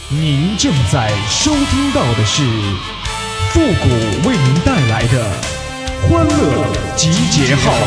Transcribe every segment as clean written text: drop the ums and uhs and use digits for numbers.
您正在收听到的是复古为您带来的欢乐集结号。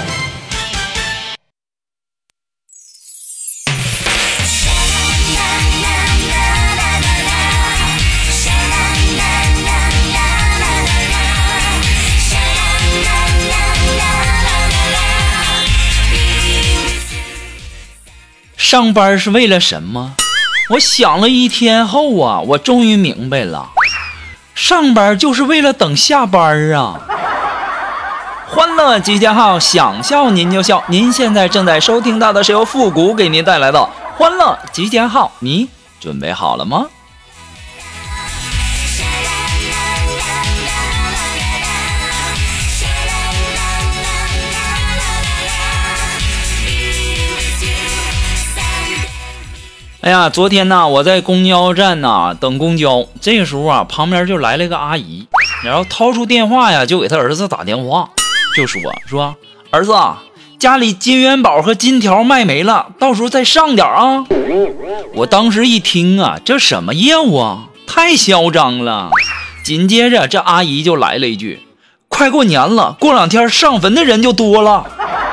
上班是为了什么？我想了一天后啊，我终于明白了，上班就是为了等下班啊！欢乐集结号，想笑您就笑。您现在正在收听到的是由复古给您带来的欢乐集结号，你准备好了吗？哎呀，昨天呢，我在公交站呢等公交，这个时候啊，旁边就来了一个阿姨，然后掏出电话呀，就给他儿子打电话，就说儿子，家里金元宝和金条卖没了，到时候再上点啊。我当时一听啊，这什么业务啊，太嚣张了。紧接着这阿姨就来了一句，快过年了，过2天上坟的人就多了。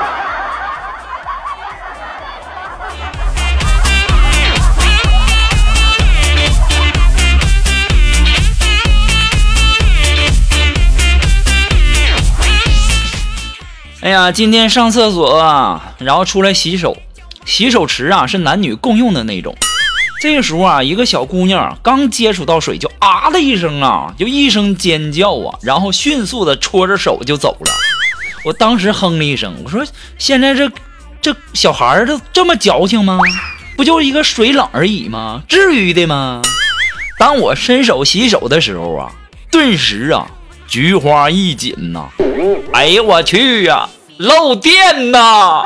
哎呀，今天上厕所啊，然后出来洗手，洗手池啊是男女共用的那种。这个时候啊，一个小姑娘刚接触到水就啊的一声啊，就一声尖叫啊，然后迅速的搓着手就走了。我当时哼了一声，我说现在这小孩都这么矫情吗？不就一个水冷而已吗？至于的吗？当我伸手洗手的时候啊，顿时啊菊花一紧呐，哎呀我去呀，漏电呐！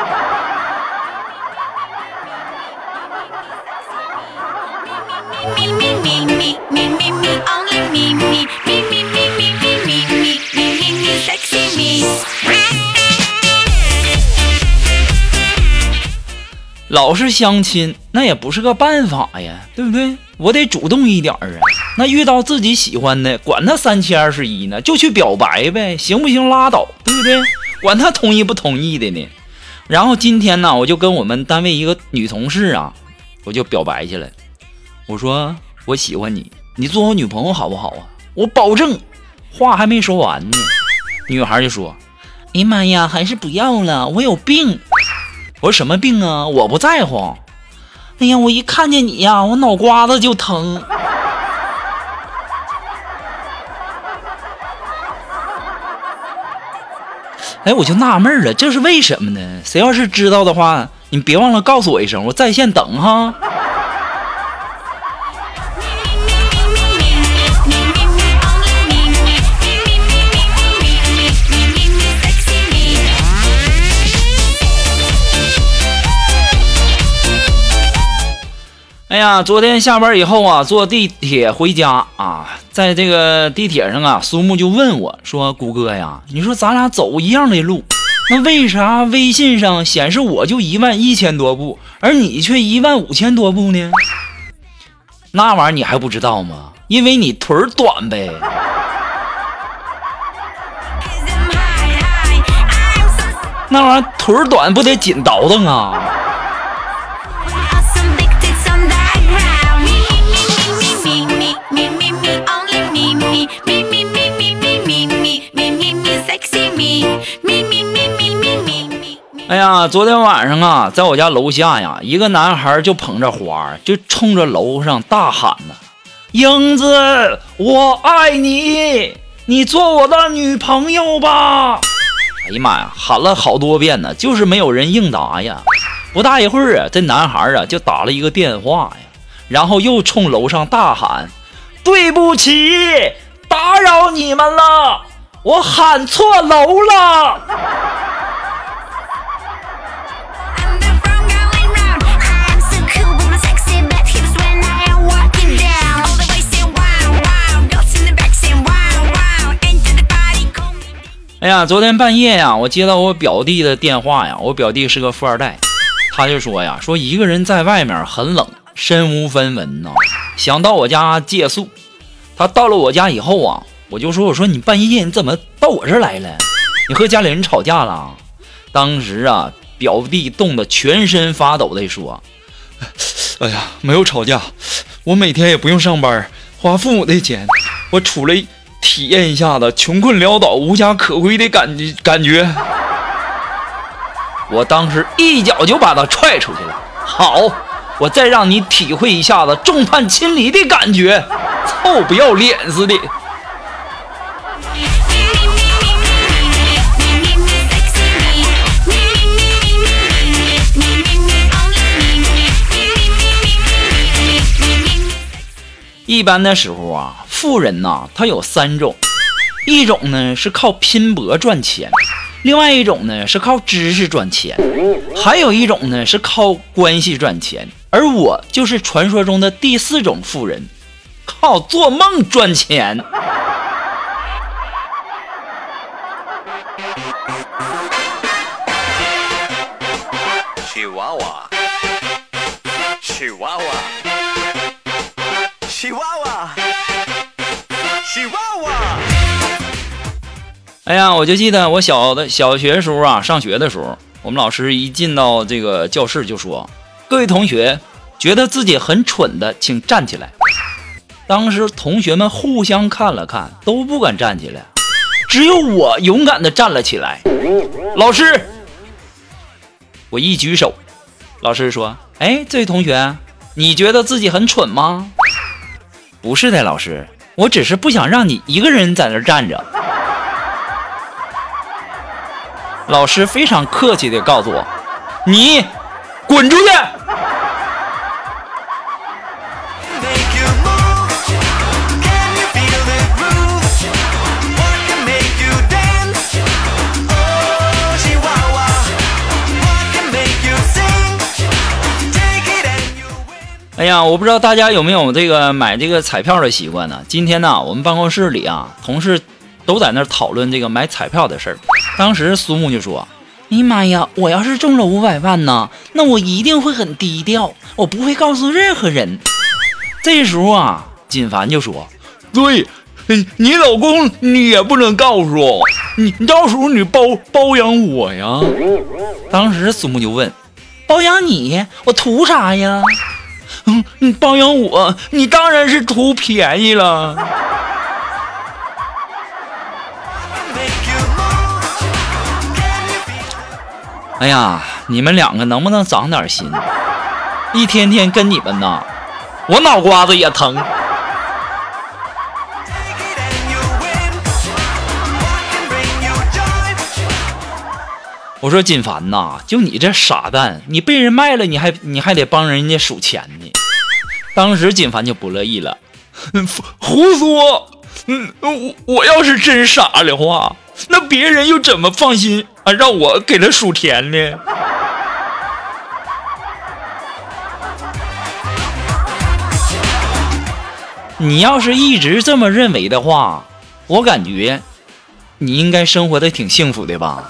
老是相亲那也不是个办法呀，对不对？我得主动一点啊。那遇到自己喜欢的，管他3021呢，就去表白呗，行不行拉倒，对不对？管他同意不同意的呢。然后今天呢，我就跟我们单位一个女同事啊，我就表白去了。我说我喜欢你，你做我女朋友好不好啊？我保证。话还没说完呢，女孩就说，哎呀妈呀，还是不要了，我有病。我说什么病啊？我不在乎。哎呀，我一看见你呀，我脑瓜子就疼。哎，我就纳闷了，这是为什么呢？谁要是知道的话，你别忘了告诉我一声，我在线等哈。哎呀，昨天下班以后啊，坐地铁回家啊，在这个地铁上啊，苏木就问我说：“谷歌呀，你说咱俩走一样的路，那为啥微信上显示我就11000多步，而你却15000多步呢？”那玩意儿你还不知道吗？因为你腿儿短呗。那玩意儿腿儿短不得紧倒腾啊？哎呀，昨天晚上啊，在我家楼下呀，一个男孩就捧着花，就冲着楼上大喊呢：“英子，我爱你，你做我的女朋友吧！”哎呀妈呀，喊了好多遍呢，就是没有人应答呀。不大一会儿啊，这男孩啊就打了一个电话呀，然后又冲楼上大喊：“对不起，打扰你们了，我喊错楼了。”哎呀，昨天半夜呀，我接到我表弟的电话呀，我表弟是个富二代，他就说呀，说一个人在外面很冷， 身无分文呐，想到我家借宿。他到了我家以后啊，我说你半夜你怎么到我这儿来了？你和家里人吵架了？当时啊，表弟冻得全身发抖地说：“哎呀，没有吵架，我每天也不用上班，花父母的钱，我出来体验一下子穷困潦倒、无家可归的感觉。”我当时一脚就把他踹出去了。好，我再让你体会一下子众叛亲离的感觉，臭不要脸似的。一般的时候啊，富人呐，他有3种，一种呢是靠拼搏赚钱，另外一种呢是靠知识赚钱，还有一种呢是靠关系赚钱。而我就是传说中的第4种富人，靠做梦赚钱。 chihuahua chihuahua chihuahua chihuahua。 哎呀，我就记得我小学时候啊，上学的时候，我们老师一进到这个教室就说：“各位同学，觉得自己很蠢的，请站起来。”当时同学们互相看了看，都不敢站起来，只有我勇敢的站了起来。老师，我一举手，老师说：“哎，这位同学，你觉得自己很蠢吗？”不是的，老师，我只是不想让你一个人在那儿站着。老师非常客气地告诉我：“你滚出去！”哎呀，我不知道大家有没有这个买这个彩票的习惯呢？今天呢，我们办公室里啊，同事都在那儿讨论这个买彩票的事儿。当时苏木就说：“哎呀妈呀，我要是中了500万呢，那我一定会很低调，我不会告诉任何人。”这时候啊，金凡就说：“对，你老公你也不能告诉，你到时候你包养我呀。”当时苏木就问：“包养你？我图啥呀？”“你包养我，你当然是图便宜了。”哎呀，你们2个能不能长点心？一天天跟你们呐，我脑瓜子也疼。我说金凡呐，就你这傻蛋，你被人卖了，你还得帮人家数钱呢。当时金凡就不乐意了，胡说，我要是真傻的话，那别人又怎么放心啊让我给他数钱呢？你要是一直这么认为的话，我感觉你应该生活的挺幸福的吧。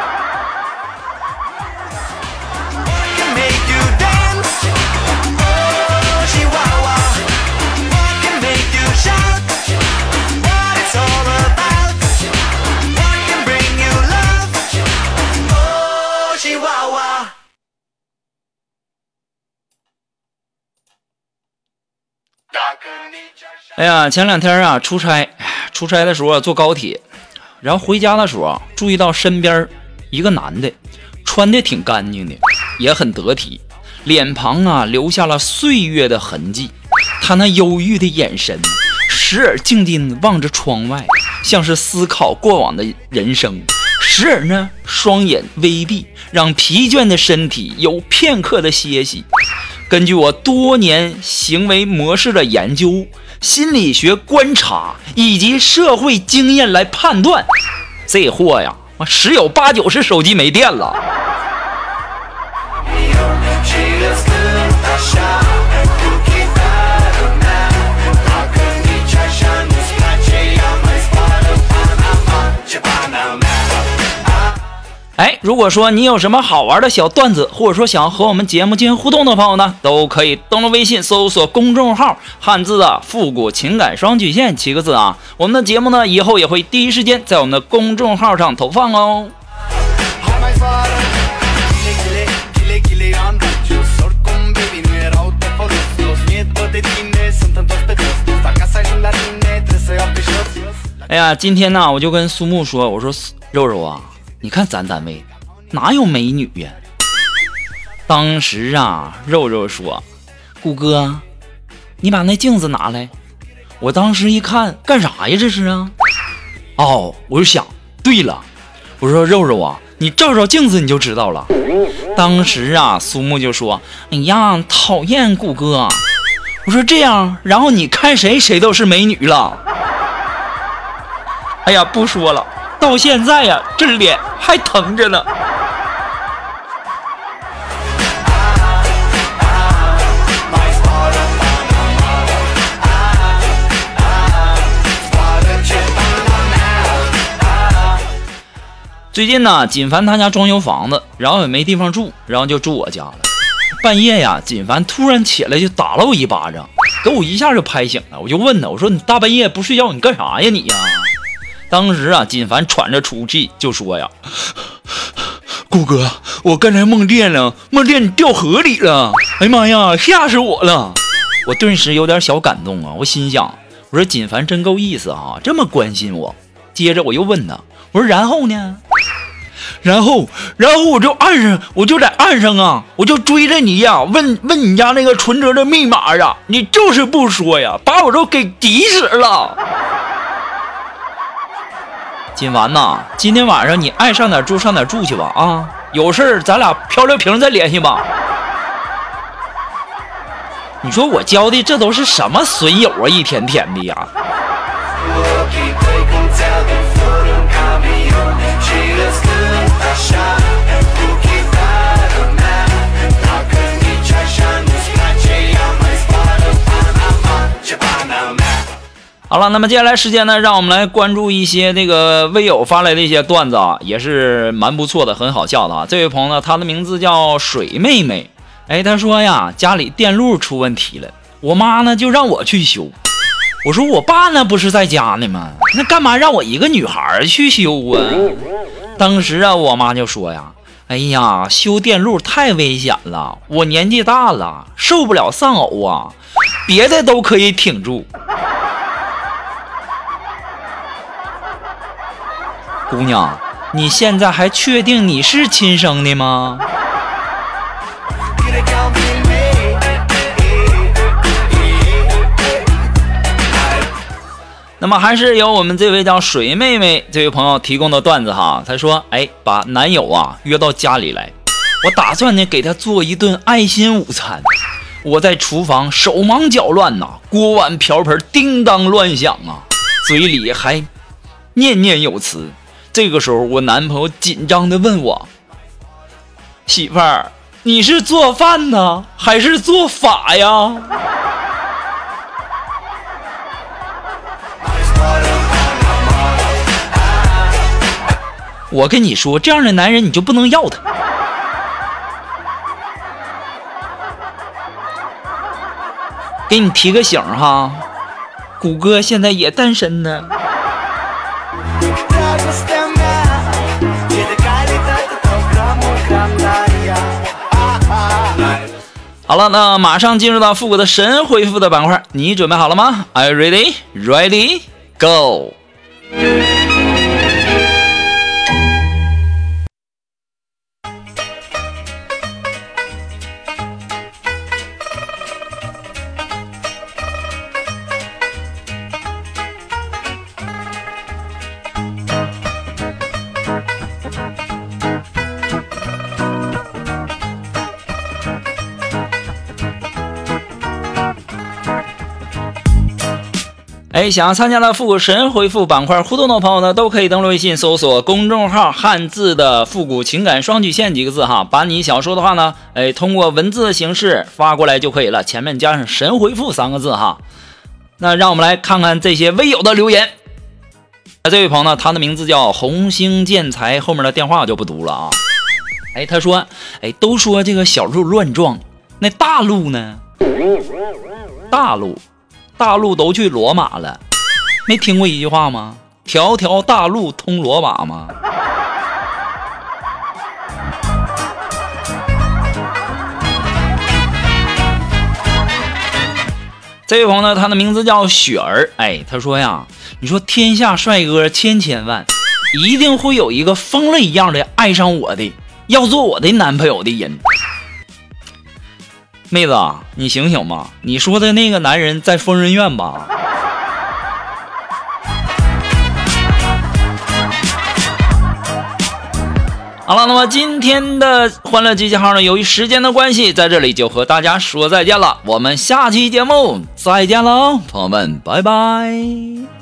哎呀，前2天啊出差的时候坐高铁，然后回家的时候注意到身边一个男的穿的挺干净的，也很得体，脸庞啊留下了岁月的痕迹。他那忧郁的眼神时而静静望着窗外，像是思考过往的人生，时而呢双眼微闭，让疲倦的身体有片刻的歇息。根据我多年行为模式的研究、心理学观察以及社会经验来判断，这货呀十有8九是手机没电了。哎， 如果说你有什么好玩的小段子，或者说想要和我们节目进行互动的朋友呢，都可以登录微信搜索公众号汉字的复古情感双曲线7个字啊。我们的节目呢以后也会第一时间在我们的公众号上投放哦。哎呀，今天呢我就跟苏木说，我说肉肉啊，你看咱单位哪有美女呀？当时啊肉肉说，谷哥你把那镜子拿来。我当时一看，干啥呀这是啊？哦，我就想对了，我说肉肉啊，你照照镜子你就知道了。当时啊苏木就说，哎呀讨厌谷哥。我说这样，然后你看谁谁都是美女了。哎呀不说了，到现在呀这脸还疼着呢。最近呢锦凡他家装修房子，然后也没地方住，然后就住我家了。半夜呀锦凡突然起来就打了我一巴掌，给我一下就拍醒了。我就问他，我说你大半夜不睡觉你干啥呀你呀？当时啊锦凡喘着粗气就说呀，谷哥我刚才梦见你掉河里了，哎呀妈呀吓死我了。我顿时有点小感动啊，我心想，我说锦凡真够意思啊，这么关心我。接着我又问他，我说然后呢？然后我就在岸上啊，我就追着你呀，问你家那个存折的密码呀，你就是不说呀，把我都给急死了。锦凡呐，今天晚上你爱上哪住上哪住去吧啊，有事咱俩漂流瓶再联系吧。你说我交的这都是什么损友啊，一天天的呀。好了，那么接下来时间呢，让我们来关注一些这个微友发来的一些段子啊，也是蛮不错的，很好笑的啊。这位朋友呢，他的名字叫水妹妹，哎，他说呀，家里电路出问题了，我妈呢就让我去修。我说我爸呢不是在家呢吗？那干嘛让我一个女孩去修啊？当时啊，我妈就说呀，哎呀，修电路太危险了，我年纪大了，受不了丧偶啊，别的都可以挺住。姑娘，你现在还确定你是亲生的吗？那么还是由我们这位叫水妹妹这位朋友提供的段子哈，她说，哎，把男友啊约到家里来，我打算呢给他做一顿爱心午餐。我在厨房手忙脚乱呐，锅碗瓢盆叮当乱响啊，嘴里还念念有词。这个时候我男朋友紧张地问我，媳妇儿，你是做饭呢还是做法呀？我跟你说，这样的男人你就不能要他。给你提个醒哈，谷歌现在也单身呢。好了，那马上进入到复古的神回复的板块，你准备好了吗？ Are you ready? Ready? Go! 哎，想要参加了复古神回复板块互动的朋友呢，都可以登录微信搜索公众号汉字的复古情感双曲线几个字哈，把你想说的话呢，通过文字形式发过来就可以了，前面加上神回复3个字哈。那让我们来看看这些微友的留言。这位朋友呢，他的名字叫红星建材，后面的电话我就不读了啊。 哎，他说，哎，都说这个小鹿乱撞，那大鹿呢？大鹿都去罗马了，没听过一句话吗？条条大路通罗马吗？这位朋友呢，他的名字叫雪儿。哎，他说呀，你说天下帅哥千万，一定会有一个疯了一样的爱上我的，要做我的男朋友的人。妹子，你醒醒吧，你说的那个男人在疯人院吧？好了，那么今天的欢乐集结号呢，由于时间的关系，在这里就和大家说再见了。我们下期节目再见喽，朋友们，拜拜。